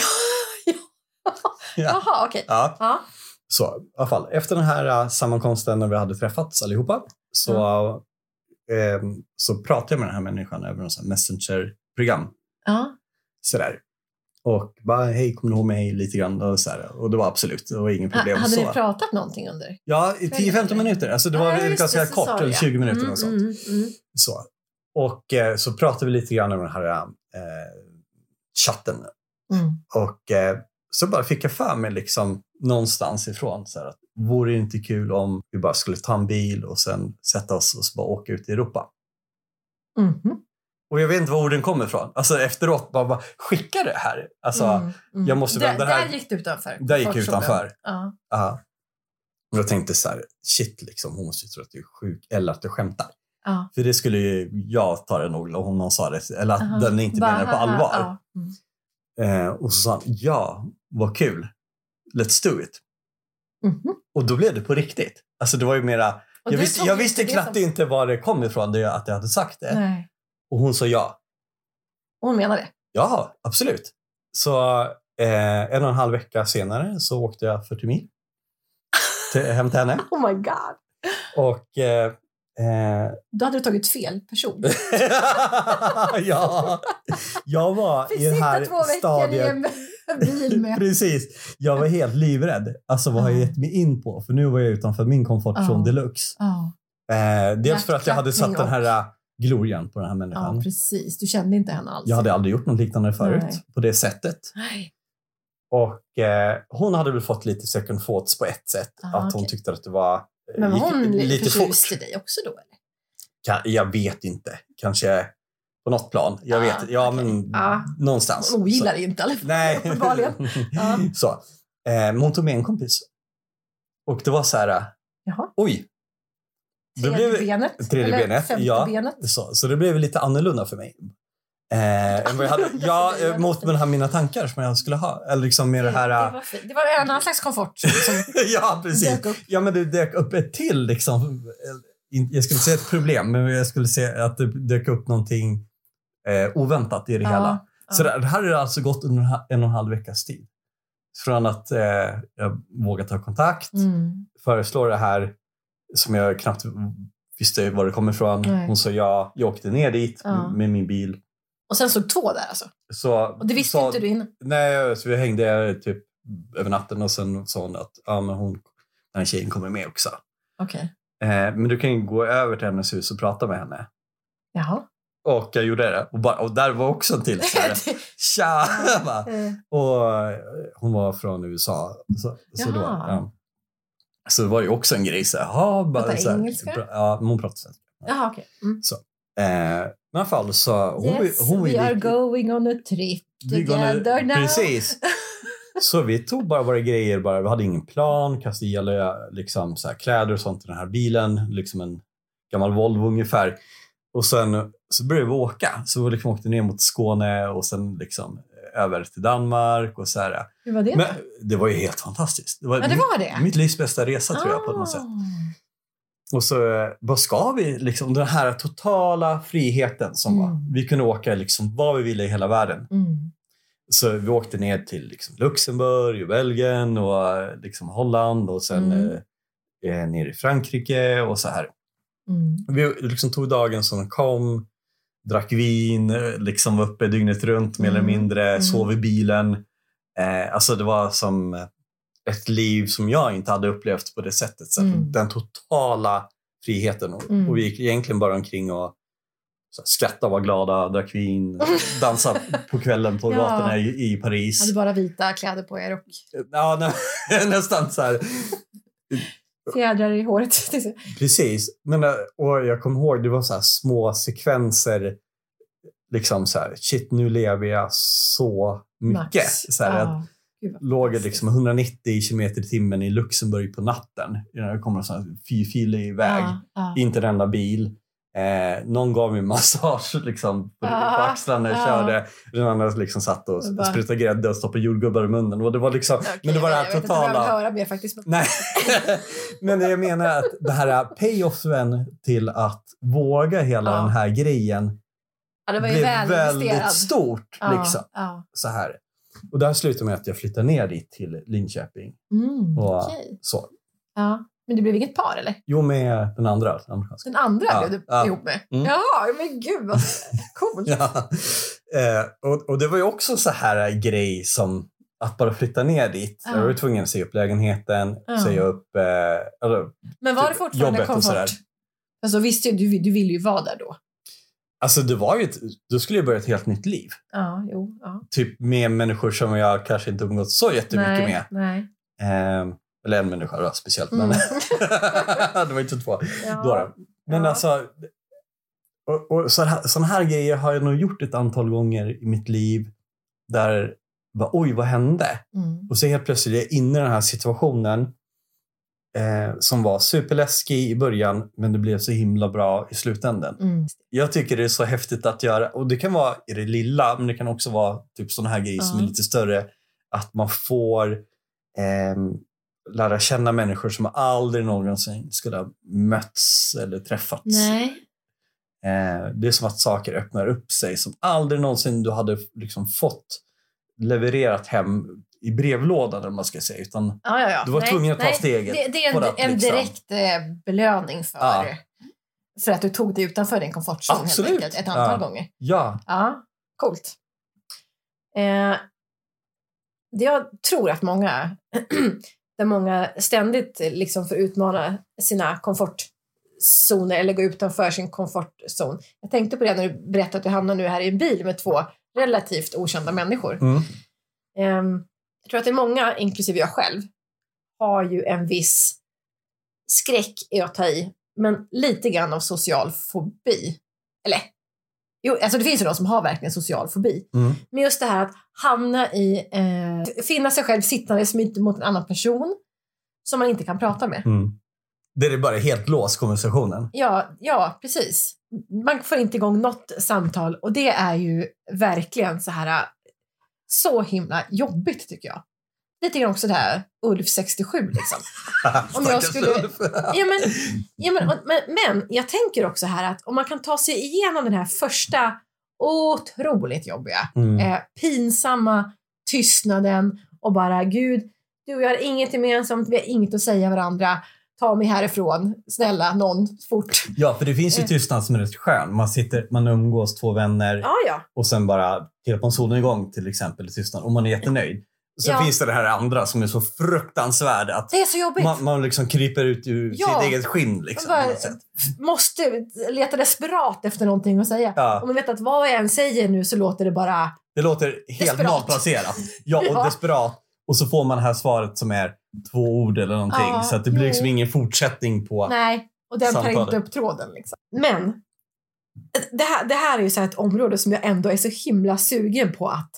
ja. Jaha, okej. Okay. Ja. Ja. Så i alla fall, efter den här uh, sammankomsten när vi hade träffats allihopa så, mm. eh, så pratade jag med den här människan över en sån Messenger-program. Ja. Sådär. Och bara, hej, kommer du ihåg mig lite grann? Och, så här, och det var absolut, det var ingen problem. Ha, hade så. ni pratat någonting under? Ja, i tio femton minuter. Alltså det var ja, ganska det, kort, eller tjugo minuter mm, och sånt. Mm, mm. Så. Och eh, så pratade vi lite grann om den här eh, chatten. Mm. Och eh, så bara fick jag för mig liksom någonstans ifrån så här, att vore det inte kul om vi bara skulle ta en bil och sen sätta oss och så bara åka ut i Europa. Mm. Och jag vet inte var orden kommer ifrån. Alltså efteråt bara, bara skicka det här. Alltså mm, mm. jag måste där, det här. Där gick det utanför. Där gick utanför. Ja. Ja. Och jag tänkte så här, shit liksom, hon måste ju tro att du är sjuk eller att du skämtar. Ja. För det skulle ju jag ta det nog om någon sa det. Eller att uh-huh. den inte menar på allvar. Ja. Mm. Eh, och så sa han, ja, vad kul. Let's do it. Mm-hmm. Och då blev det på riktigt. Alltså det var ju mera, jag visste, jag visste knappt som... inte var det kom ifrån det, att jag hade sagt det. Nej. Och hon sa ja. Hon menar det? Ja, absolut. Så eh, en och en halv vecka senare så åkte jag fyrtio mil till, hem till henne. Oh my god. Och eh, eh, då hade du tagit fel person. ja, jag var i det här två stadiet. I en bil med. Precis, jag var helt livrädd. Alltså vad har jag gett mig in på? För nu var jag utanför min komfortzon oh. deluxe. Oh. Eh, dels för att jag hade satt den här glorian på den här människan. Ja, precis. Du kände inte henne alls. Jag hade aldrig gjort något liknande förut. Nej. På det sättet. Nej. Och eh, hon hade väl fått lite second thoughts på ett sätt. Aha, att hon okay. tyckte att det var Men var hon gick, lite förtjust fort. I dig också då? Eller? Kan, jag vet inte. Kanske på något plan. Jag ah, vet. Ja, okay. men ah. någonstans. Hon gillar det inte. Eller? Nej. Uppenbarligen. ah. Så. Eh, men hon tog med en kompis. Och det var så här. Jaha. Oj. Tredje blev, benet. Tredje eller benet. femte Ja, benet. Så, så det blev lite annorlunda för mig. Eh, än vad jag hade, ja, mot med här mina tankar som jag skulle ha. Eller liksom med det här. Det var, det var en annan slags komfort. Som ja, precis. Ja, men det dök upp ett till liksom. Jag skulle säga ett problem, men jag skulle säga att det dök upp någonting eh, oväntat i det ja, hela. ja. Så det, det här har alltså gått under en och en halv veckas tid. Från att eh, jag vågat ta kontakt, mm. föreslår det här som jag knappt visste var det kommer ifrån. Nej. Hon sa ja, jag åkte ner dit ja. med min bil. Och sen såg två där alltså? Så, och det visste så, inte du innan? Nej, så vi hängde typ över natten och sen sa hon att ja, men hon, den här tjejen kommer med också. Okej. Okay. Eh, men du kan ju gå över till hennes hus och prata med henne. Jaha. Och jag gjorde det. Och, bara, och där var också en till. Tja! Och hon var från U S A. Så, så, då, ja. Så det var ju också en grej. Så här, bara, så här, engelska? Ja, hon pratade svenska. Jaha, okej. Okay. Mm. Så. Eh, I alla fall så... Hon, yes, hon, hon we are going on a trip together now. Precis. Så vi tog bara våra grejer. Bara. Vi hade ingen plan. Kastade i alla liksom, så här, kläder och sånt i den här bilen. Liksom en gammal Volvo ungefär. Och sen så började vi åka. Så vi liksom åkte ner mot Skåne och sen liksom över till Danmark. Och så här. Hur var det? Men det var ju helt fantastiskt. Det var, ja, det var det. Mitt livs bästa resa tror jag på något sätt. och så, vad ska vi? Liksom, den här totala friheten som Mm. var. Vi kunde åka liksom vad vi ville i hela världen. Mm. Så vi åkte ner till liksom Luxemburg och Belgien och liksom Holland och sen Mm. eh, ner i Frankrike och så här. Mm. Vi liksom tog dagen som kom, drack vin, liksom var uppe dygnet runt mer Mm. eller mindre, Mm. sov i bilen. Eh, alltså det var som ett liv som jag inte hade upplevt på det sättet. Så Mm. den totala friheten. Och, Mm. och vi gick egentligen bara omkring och så här, skratta, var glada, drack vin, dansa på kvällen på Ja. gatorna i, i Paris. Hade bara vita kläder på er och Ja, nä, nästan så här. fjädrar i håret. Precis. Men, och jag kommer ihåg, det var så här små sekvenser. Liksom så här, shit, nu lever jag så mycket. Max. Så här, Ja. att Gud, vad låg jag fantastiskt. liksom hundranittio kilometer i timmen i Luxemburg på natten. Det kommer en sån här fyrfilig väg. Ja, ja. Inte en enda bil. Eh, någon gav mig massage liksom, på, Ah, på axlarna när jag ah. körde. Den andra liksom satt och Jag bara- sprutade grädde och stoppade jordgubbar i munnen. Och det var liksom, Okej, men det var det jag här vet inte om jag vill totala... höra mer faktiskt. Nej, men jag menar att det här payoffen till att våga hela Ja. den här grejen Ja, det var ju blev väl väldigt investerad. stort. Ja, Liksom, ja. så här. Och det här slutade med att jag flyttade ner dit till Linköping. Mm, Och okej. så. Ja. Men det blev inget par, eller? Jo, med den andra. Den andra Ja, blev du ja. ihop med? Mm. Ja, men gud vad coolt. Ja. Eh, och, och det var ju också så här grej som att bara flytta ner dit. Ja. Jag var tvungen att säga upp lägenheten, Ja. säga upp eh, eller, Men var det typ fortfarande jobbet och sådär. komfort? Alltså visst, du, du ville ju vara där då. Alltså det var ju ett, då skulle jag börja ett helt nytt liv. Ja, jo. Ja. Typ med människor som jag kanske inte umgått så jättemycket Nej, med. nej. Eh, eller en människa då, speciellt. Mm. Men det var inte två. Ja. Då, då. Men Ja. alltså, och, och så här, sådana här grejer har jag nog gjort ett antal gånger i mitt liv. Där, bara, oj vad hände? Mm. Och så helt plötsligt är jag inne i den här situationen. Eh, som var superläskig i början, men det blev så himla bra i slutändan. Mm. Jag tycker det är så häftigt att göra, och det kan vara i det lilla, men det kan också vara typ sådana här grejer som Ja. är lite större. Att man får eh, lära känna människor som aldrig någonsin skulle ha mötts eller träffats. Nej. Eh, det är som att saker öppnar upp sig som aldrig någonsin du hade liksom fått levererat hem i brevlådan, eller man ska säga. Utan Ja, ja, ja. du var Nej, tvungen att ta nej. steget. Det, det är på en, att en liksom- direkt eh, belöning för, Ja. för att du tog dig utanför din komfortzon helt Absolut. enkelt, ett antal Ja. gånger. Ja. Ja, coolt. Eh, det jag tror att många, där många ständigt liksom får utmana sina komfortzoner eller gå utanför sin komfortzon. Jag tänkte på det när du berättade att du hamnar nu här i en bil med två relativt okända människor. Mm. Eh, jag tror att det är många, inklusive jag själv, har ju en viss skräck i att ta i, men lite grann av social fobi. Eller, jo, alltså det finns ju någon som har verkligen social fobi. Mm. Men just det här att hamna i, eh, finna sig själv sittandes mitt mot en annan person som man inte kan prata med. Mm. Det är bara helt låst konversationen. Ja, ja, precis. Man får inte igång något samtal och det är ju verkligen så här så himla jobbigt tycker jag. Lite grann också det här Ulf sextiosju liksom. Om jag skulle... Ja, men, ja, men, men, men jag tänker också här att om man kan ta sig igenom den här första otroligt jobbiga, Mm. eh, pinsamma tystnaden och bara gud, du och jag har inget gemensamt, vi har inget att säga varandra. Ta mig härifrån, snälla, någon, fort. Ja, för det finns ju tystnad som är rätt skön. Man sitter, man umgås två vänner Ja, ja. och sen bara tittar på en solnedgång till exempel i tystnad och man är jättenöjd. Sen Ja. finns det det här andra som är så fruktansvärd att Det är så jobbigt. man, man liksom kryper ut ur Ja. sitt eget skinn. Liksom, Man på bara något sätt. måste leta desperat efter någonting att säga. Ja. Och man vet att vad jag än säger nu så låter det bara... Det låter helt Desperat. malplacerat. Ja, och Ja. desperat. Och så får man det här svaret som är två ord eller någonting. Ja, så att det blir jo. liksom ingen fortsättning på... Nej, och den tar Samtalet. inte upp tråden. Liksom. Men det här, det här är ju så här ett område som jag ändå är så himla sugen på att...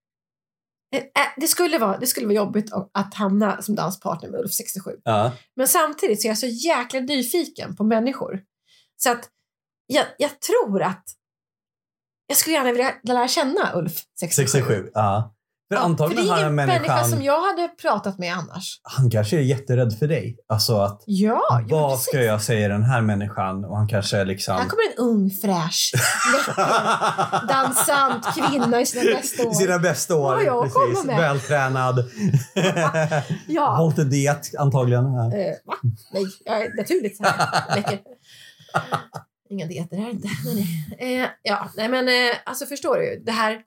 Eh, Det skulle vara, det skulle vara jobbigt att hamna som danspartner med Ulf sextiosju. Ja. Men samtidigt så är jag så jäkla nyfiken på människor. Så att jag, jag tror att jag skulle gärna vilja lära känna Ulf sextiosju. sextiosju. Ja. För Ja, antagligen för det är har ingen den människa människan... som jag hade pratat med annars. Han kanske är jätterädd för dig. Alltså att... Ja, ja vad precis. ska jag säga den här människan? Och han kanske är liksom... Här kommer en ung, fräsch, läcker, dansant kvinna i sina bästa år. I sina bästa år, Ja, jag kommer precis. med. Vältränad. Ja. Hållit en diet antagligen. Ja. Eh, va? Nej, jag är naturligt så här läcker. Inga dieter här inte. Nej, nej. Eh, ja, nej men eh, alltså förstår du, det här...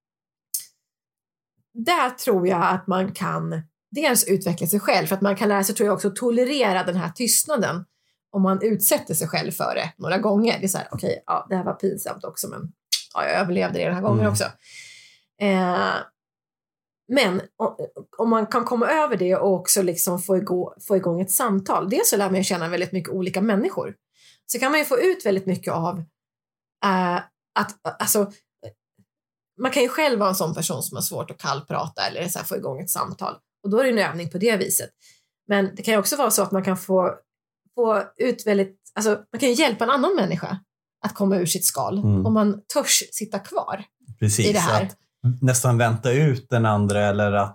Där tror jag att man kan dels utveckla sig själv, för att man kan lära sig, tror jag, också tolerera den här tystnaden om man utsätter sig själv för det några gånger. Det är så här, okej, okay, ja, det här var pinsamt också, men ja, jag överlevde det den här gången Mm. också. Eh, men om man kan komma över det och också liksom få, igång, få igång ett samtal, dels så lär man ju känna väldigt mycket olika människor. Så kan man ju få ut väldigt mycket av eh, att, alltså, man kan ju själv vara en sån person som har svårt att kallprata eller så här, få igång ett samtal. Och då är det en övning på det viset. Men det kan ju också vara så att man kan få, få ut väldigt... Alltså, man kan ju hjälpa en annan människa att komma ur sitt skal. Mm. Om man törs sitta kvar Precis, i det här. att nästan vänta ut den andra eller att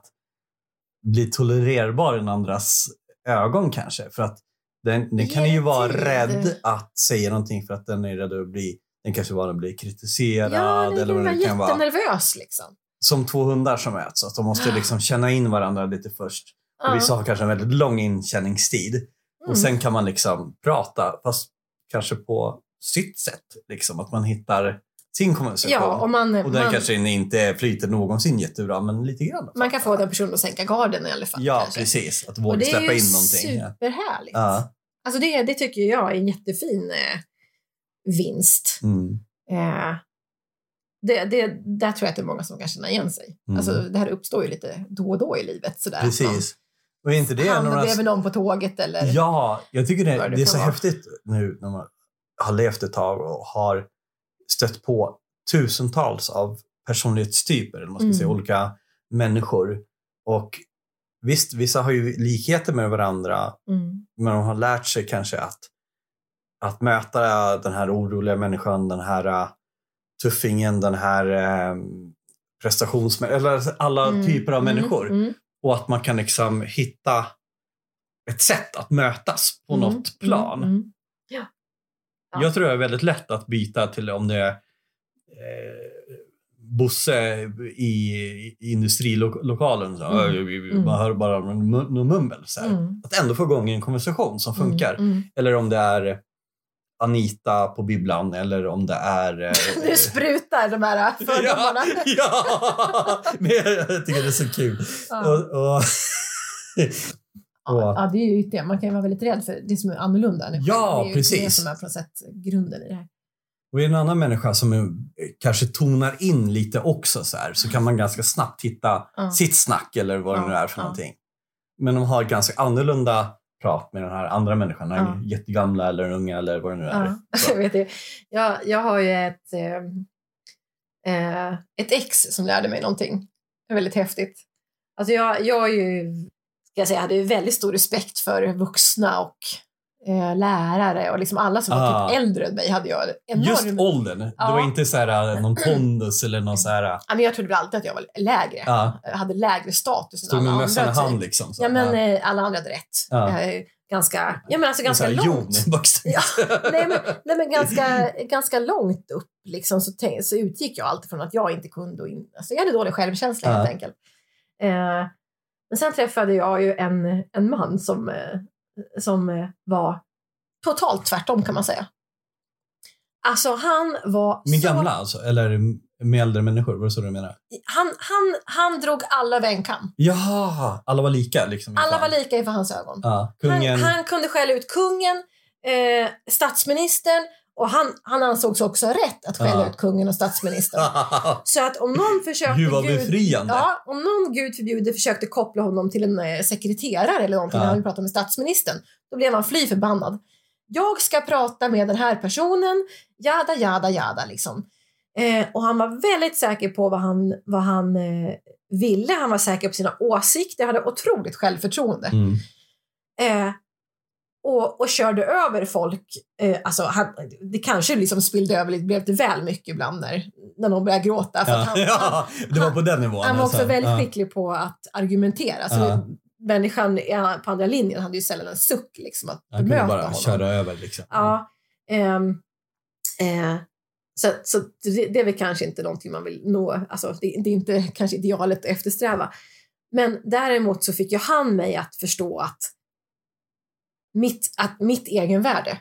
bli tolererbar i den andras ögon kanske. För att den, den kan ju vara tid. rädd att säga någonting för att den är rädd att bli... Den kanske bara blir kritiserad. Ja, det eller vad är det kan vara. jättenervös liksom. Som två hundar som möts. Att de måste liksom känna in varandra lite först. Ja. Och vissa har kanske en väldigt lång inkänningstid. Mm. Och sen kan man liksom prata. Fast kanske på sitt sätt. Liksom, att man hittar sin konversation. Ja, och man, och den man, kanske inte flyter någonsin jättebra. Men lite grann. man kan få den personen att sänka garden i alla fall. Ja, kanske. precis. Att Och våga det är släppa ju in någonting. Ja. superhärligt. Ja. Alltså det, det tycker jag är en jättefin eh, vinst. Mm. Eh, det, det, där tror jag att det är många som kan känna igen sig. Mm. Alltså, det här uppstår ju lite då och då i livet. Sådär. Precis. Och är inte det Han några... bredvid någon på tåget eller... Ja, jag tycker det, Vad det det är kan så vara. häftigt nu när man har levt ett tag och har stött på tusentals av personlighetstyper, eller man ska Mm. säga, olika människor. Och visst, vissa har ju likheter med varandra, Mm. men de har lärt sig kanske att, att möta den här oroliga människan, den här uh, tuffingen, den här uh, prestations... eller alla Mm. typer av Mm. människor. Mm. Och att man kan liksom hitta ett sätt att mötas på Mm. något plan. Mm. Mm. Ja. Ja. Jag tror det är väldigt lätt att byta till om det är eh, Bosse i, i industrilokalen. Så, Mm. Man hör bara någon mummel. Så här. Mm. Att ändå få igång en konversation som funkar. Mm. Mm. Eller om det är Anita på bibblan. Eller om det är... Eh, Nu sprutar de här fördomarna. ja, ja. Men jag, jag tycker det är så kul. Ja. Och, och, Ja, ja, det är ju det. Man kan ju vara väldigt rädd för det som är annorlunda. Nu. Ja, det är ju precis. det som är på något sätt grunden i det här. Och en annan människa som är, kanske tonar in lite också så här, så kan man ganska snabbt hitta Ja. sitt snack eller vad det Ja, nu är för ja. någonting. Men de har ganska annorlunda prat med den här andra människan. Den Ja. jättegamla eller unga eller vad det nu är. Ja. Så. Jag, vet det. Jag, jag har ju ett, eh, ett ex som lärde mig någonting. Det är väldigt häftigt. Alltså jag, jag är ju, ska jag säga, hade ju väldigt stor respekt för vuxna och eh, lärare och liksom alla som Ah. var typ äldre än mig hade jag enorm... Just åldern. Det Ja. var inte så här, någon pondus eller någon så här... Ja, men jag trodde väl alltid att jag var lägre. Ja, Jag hade lägre status än stod alla med andra. mössan i hand typ. liksom. Så. Ja, men ja. eh, alla andra hade rätt. Ja. Jag är ganska, ja, men alltså Det är så ganska här, långt. Jon, bokstavligt. Ja, nej, men, nej, men ganska, ganska långt upp liksom, så, tänk, så utgick jag alltid från att jag inte kunde. Och in, alltså, jag hade dålig självkänsla Ja. helt enkelt. Eh, men sen träffade jag ju en, en man som, eh, som eh, var totalt tvärtom kan man säga. Alltså han var Med så... gamla alltså? Eller med äldre människor? Vad är det så du menar? Han, han, han drog alla över en kam. Ja, alla var lika liksom. Alla var lika inför hans ögon. Ja, kungen. Han, han kunde skälla ut kungen, eh, statsministern, och han, han ansågs också ha rätt att skälla Ja. ut kungen och statsministern. Så att om någon försökte... Gud vad befriande. Ja, om någon gud förbjude försökte koppla honom till en eh, sekreterare eller någonting Ja. när han pratade med statsministern, då blev han fly förbannad. Jag ska prata med den här personen, jada, jada, jada liksom. Eh, och han var väldigt säker på vad han, vad han eh, ville. Han var säker på sina åsikter, hade otroligt självförtroende. Mm. Eh, och, och körde över folk. Eh, alltså, han, det kanske liksom spillde över lite, blev lite väl mycket ibland när, när någon började gråta. För ja. att han, ja, det var på den nivån. Han var också alltså. väldigt ja. skicklig på att argumentera. Så Ja. det, människan på andra linjen hade ju sällan en suck liksom, att Han kunde bemöta bara honom. köra över. Liksom. Ja. Um, uh, så så det, det är väl kanske inte någonting man vill nå. Alltså, det, det är inte kanske idealet att eftersträva. Men däremot så fick ju han mig att förstå att mitt, att mitt egenvärde.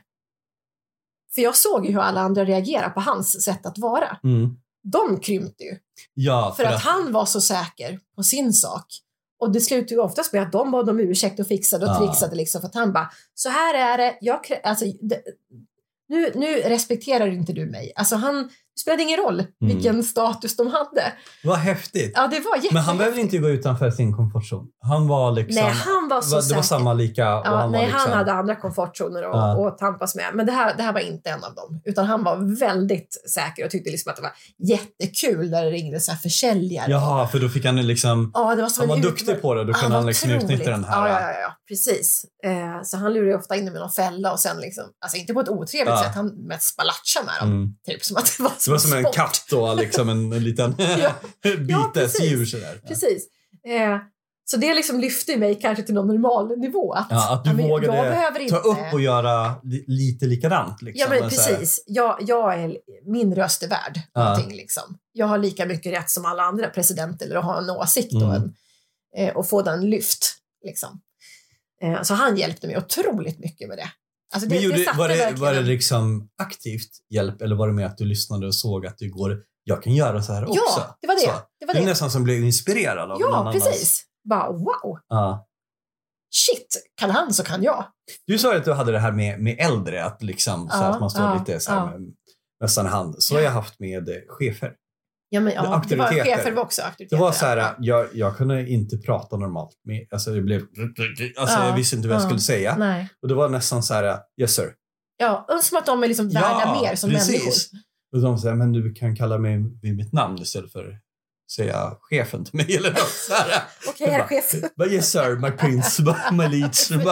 För jag såg ju hur alla andra reagerar på hans sätt att vara. Mm. De krympte ju. Ja, för, för att, att han var så säker på sin sak. Och det slutade ju oftast med att de bad om ursäkt och fixade och Ja. trixade liksom, för att han bara, så här är det, jag, alltså, det nu, nu respekterar inte du mig. Alltså han, det spelade ingen roll vilken mm. status de hade. Vad häftigt. Ja, det var jättehäftigt. Men han behövde inte gå utanför sin komfortzon. Han var liksom... Nej, han var så Det säker. var samma lika. Ja, och han nej, var liksom... han hade andra komfortzoner att ja. och tampas med. Men det här, det här var inte en av dem. Utan han var väldigt säker och tyckte liksom att det var jättekul när det ringde så här försäljare. Jaha, för då fick han liksom... Ja, det var som han var ut... duktig på det. Då kunde han liksom otroligt. utnyttja den här... Ja, ja, ja, ja. Precis. Eh, så han lurade ofta in med någon fälla och sen liksom... Alltså inte på ett otrevligt ja. sätt. Han mest balatcha med dem. Mm. Typ som att det var som, det var som en sport. katt då, liksom en, en liten ja. bitesdjur ja, sådär. Ja. Precis. Eh, så det liksom lyfte mig kanske till någon normal nivå. Att, ja, att du ja, vågade ta inte... upp och göra li- lite likadant. Liksom. Ja, men precis. Jag, jag är, min röst är värd ja. någonting. Liksom. Jag har lika mycket rätt som alla andra presidenter eller att ha en åsikt mm. och, en, eh, och få den lyft. Liksom. Eh, så han hjälpte mig otroligt mycket med det. Alltså det, men gjorde, det var, det, verkligen... var det liksom aktivt hjälp eller var det med att du lyssnade och såg att det går, jag kan göra så här också? Ja, det var det. Så, det, var det är det. nästan som blev inspirerad av ja, någon annans. Ja, precis. Bara wow. Ja. Shit, kan han så kan jag. Du sa att du hade det här med, med äldre, att, liksom, så ja, att man står ja, lite så här ja. med mössan i hand. Så har jag haft med chefer. Ja, men, ja, det var chefer var också auktoriteter. Det var så här, ja. jag, jag kunde inte prata normalt. Med, alltså det blev, alltså ja, jag visste inte vad jag ja, skulle säga. Nej. Och det var nästan så här, yes sir. Ja, som att de är liksom värda ja, mer som precis. människor. Och de säger, men du kan kalla mig vid mitt namn istället för att säga chefen till mig eller något så här. Okej, herr chef. But yes sir, my prince, my leech. De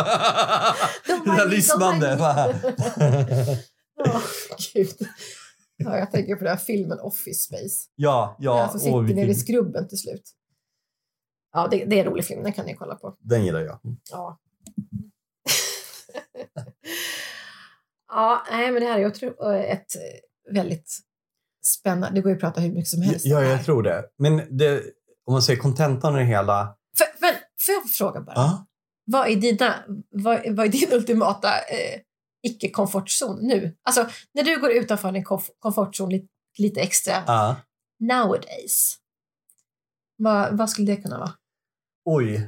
var lyssnande. Åh, gud. Ja, jag tänker på den här filmen Office Space. Ja, ja. Ja, som sitter vilken... nere i skrubben till slut. Ja, det, det är en rolig film. Den kan ni kolla på. Den gillar jag. Ja. Ja, nej, men det här är ju ett väldigt spännande... Det går ju att prata hur mycket som helst. Ja, jag tror det. Men det, om man säger kontentan i det hela... För, men, får jag fråga bara? Ja? Vad är dina, vad, vad är din ultimata eh, icke-komfortzon nu? Alltså, när du går utanför din komf- komfortzon lite, lite extra Ja. nowadays. Vad, vad skulle det kunna vara? Oj.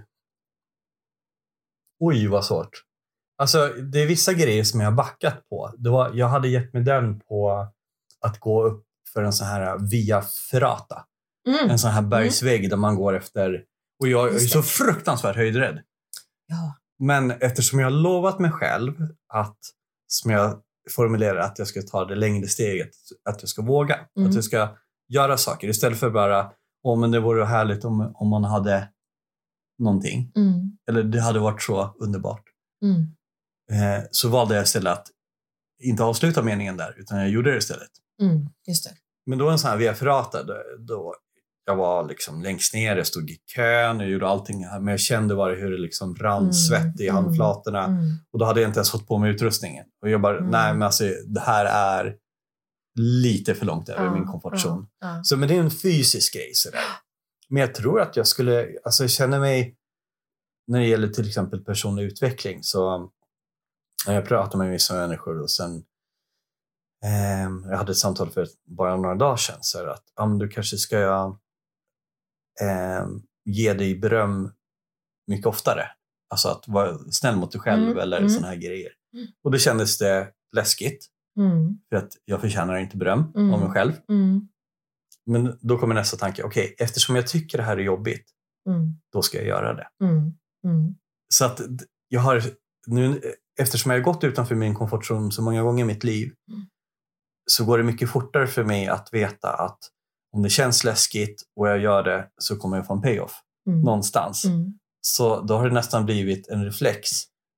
Oj, vad svårt. Alltså, det är vissa grejer som jag har backat på. Det var, jag hade gett mig den på att gå upp för en sån här via Ferrata. Mm. En sån här bergsvägg mm. där man går efter... Och jag är så fruktansvärt höjdrädd. Ja. Men eftersom jag har lovat mig själv att, som jag formulerar, att jag ska ta det längre steget, att jag ska våga. Mm. Att jag ska göra saker istället för bara, åh men det vore härligt om, om man hade någonting. Mm. Eller det hade varit så underbart. Mm. Eh, så valde jag istället att inte avsluta meningen där, utan jag gjorde det istället. Mm. Just det. Men då en sån här via Ferrata, då, då jag var liksom längst ner, jag stod i kön, jag gjorde allting här, men jag kände bara hur det liksom rann Mm. svett i handflatorna. Mm. Och då hade jag inte ens fått på mig utrustningen. Och jag bara, Mm. nej men alltså det här är lite för långt över Ja, min komfortzon. ja, ja. Så men det är en fysisk grej sådär. Men jag tror att jag skulle, alltså jag känner mig, när det gäller till exempel personlig utveckling, så när jag pratar med vissa människor och sen eh, jag hade ett samtal för bara några dagar sedan, så att ja, men du kanske ska jag, eh, ge dig beröm mycket oftare. Alltså att vara snäll mot dig själv Mm, eller mm. såna här grejer. Och då kändes det läskigt. Mm. För att jag förtjänar inte beröm Mm. av mig själv. Mm. Men då kommer nästa tanke, okej, okay, eftersom jag tycker det här är jobbigt, Mm. då ska jag göra det. Mm. Mm. Så att jag har, nu, eftersom jag har gått utanför min komfortzon så många gånger i mitt liv, Mm. så går det mycket fortare för mig att veta att om det känns läskigt och jag gör det, så kommer jag få en payoff Mm. någonstans. Mm. Så då har det nästan blivit en reflex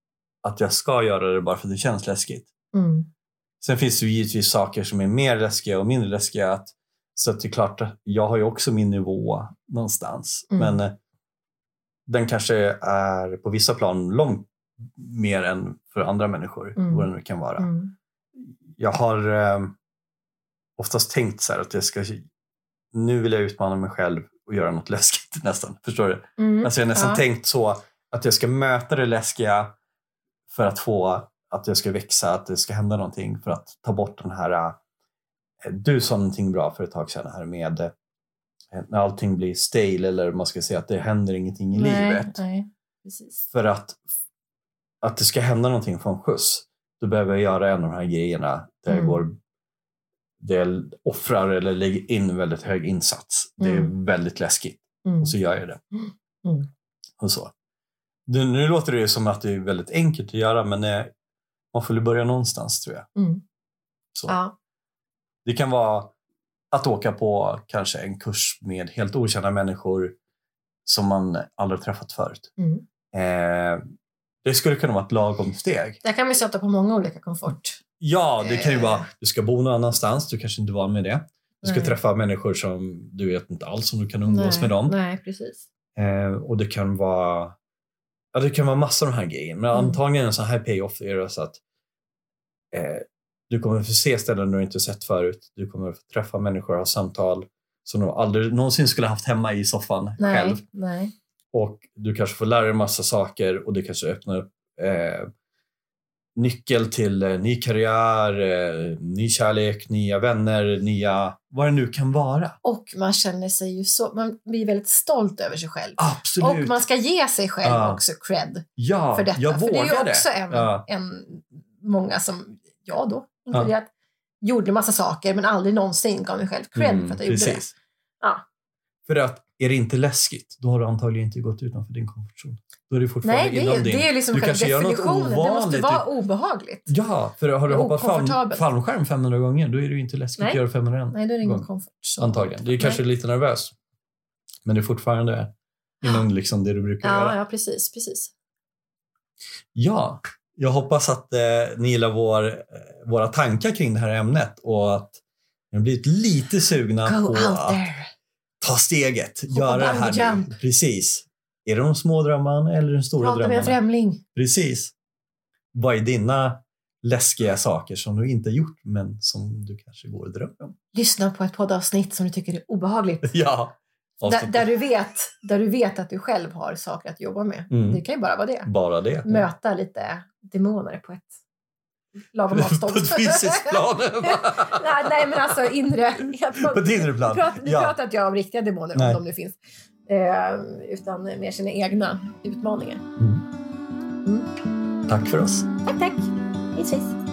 att jag ska göra det bara för att det känns läskigt. Mm. Sen finns det ju givetvis saker som är mer läskiga och mindre läskiga. Att, så att det är klart, jag har ju också min nivå någonstans. Mm. Men eh, den kanske är på vissa plan långt mer än för andra människor. Mm. Vad det nu kan vara. Mm. Jag har eh, oftast tänkt så här att jag ska, nu vill jag utmana mig själv och göra något läskigt nästan. Förstår du? Mm. Alltså jag har nästan ja. tänkt så att jag ska möta det läskiga för att få att jag ska växa, att det ska hända någonting, för att ta bort den här, du sa någonting bra för ett tag sedan här med när allting blir stale, eller man ska säga att det händer ingenting i nej, livet. Nej, precis. För att, att det ska hända någonting från skjuts, då behöver jag göra en av de här grejerna där mm. jag går, där jag offrar eller lägger in väldigt hög insats. Det är mm. väldigt läskigt. Mm. Och så gör jag det. Mm. Och så. Det, nu låter det ju som att det är väldigt enkelt att göra, men eh, man får ju börja någonstans, tror jag. Mm. Så. Ja. Det kan vara att åka på kanske en kurs med helt okända människor som man aldrig träffat förut. Mm. Eh, det skulle kunna vara ett lagom steg. Där kan vi sätta på många olika komfort. Ja, det kan ju vara, du ska bo någon annanstans, du kanske inte var med det. Du ska nej. träffa människor som du vet inte alls om du kan umgås nej. med dem. Nej, precis. Eh, och det kan vara, ja, det kan vara massor av de här grejerna. Men mm. antagligen en sån här payoff är det så att eh, du kommer få se ställen du inte sett förut. Du kommer få träffa människor och ha samtal som du aldrig någonsin skulle haft hemma i soffan nej, själv. Nej. Och du kanske får lära dig en massa saker, och det kanske öppnar upp eh, nyckel till eh, ny karriär, eh, ny kärlek, nya vänner, nya, vad det nu kan vara. Och man känner sig ju så, man blir väldigt stolt över sig själv. Absolut. Och man ska ge sig själv ja. också cred ja, för detta. Jag för det är ju det. också en, ja. en många som, jag då, inkluderat, ja. gjorde massa saker men aldrig någonsin gav mig själv cred mm, för att jag precis. gjorde det. Ja. För att är det inte läskigt, då har du antagligen inte gått utanför din komfortzon. Då är det fortfarande nej, det är, inom din. Det är liksom själva definitionen. Det måste vara obehagligt. Ja, för har du hoppat fallskärm, fallskärm femhundra gånger, då är det ju inte läskigt nej. att göra femhundra. Nej, då är det ingen komfortzon. Antagligen. Det är kanske nej. lite nervös. Men det är fortfarande inom liksom det du brukar ja, göra. Ja, precis, precis. Ja, jag hoppas att eh, ni gillar vår, eh, våra tankar kring det här ämnet, och att ni har blivit lite sugna Go på att ta steget, Hoppa göra det här nu. Precis. Är det de små drömmarna eller den stora drömmarna? Prata med en främling. Precis. Vad är dina läskiga saker som du inte har gjort, men som du kanske går och drömmer om? Lyssna på ett poddavsnitt som du tycker är obehagligt. Ja. Där, där, du vet, där du vet att du själv har saker att jobba med. Mm. Det kan ju bara vara det. Bara det. Möta lite demoner på ett lagom avstånd. På ett fysiskt plan. nej, nej, men alltså inre. På ett inre plan. Nu pratar, nu ja. pratar inte jag om riktiga demoner, nej. om de nu finns. Eh, utan mer sina egna utmaningar. Mm. Mm. Tack för oss. Tack, tack. Hej, hej.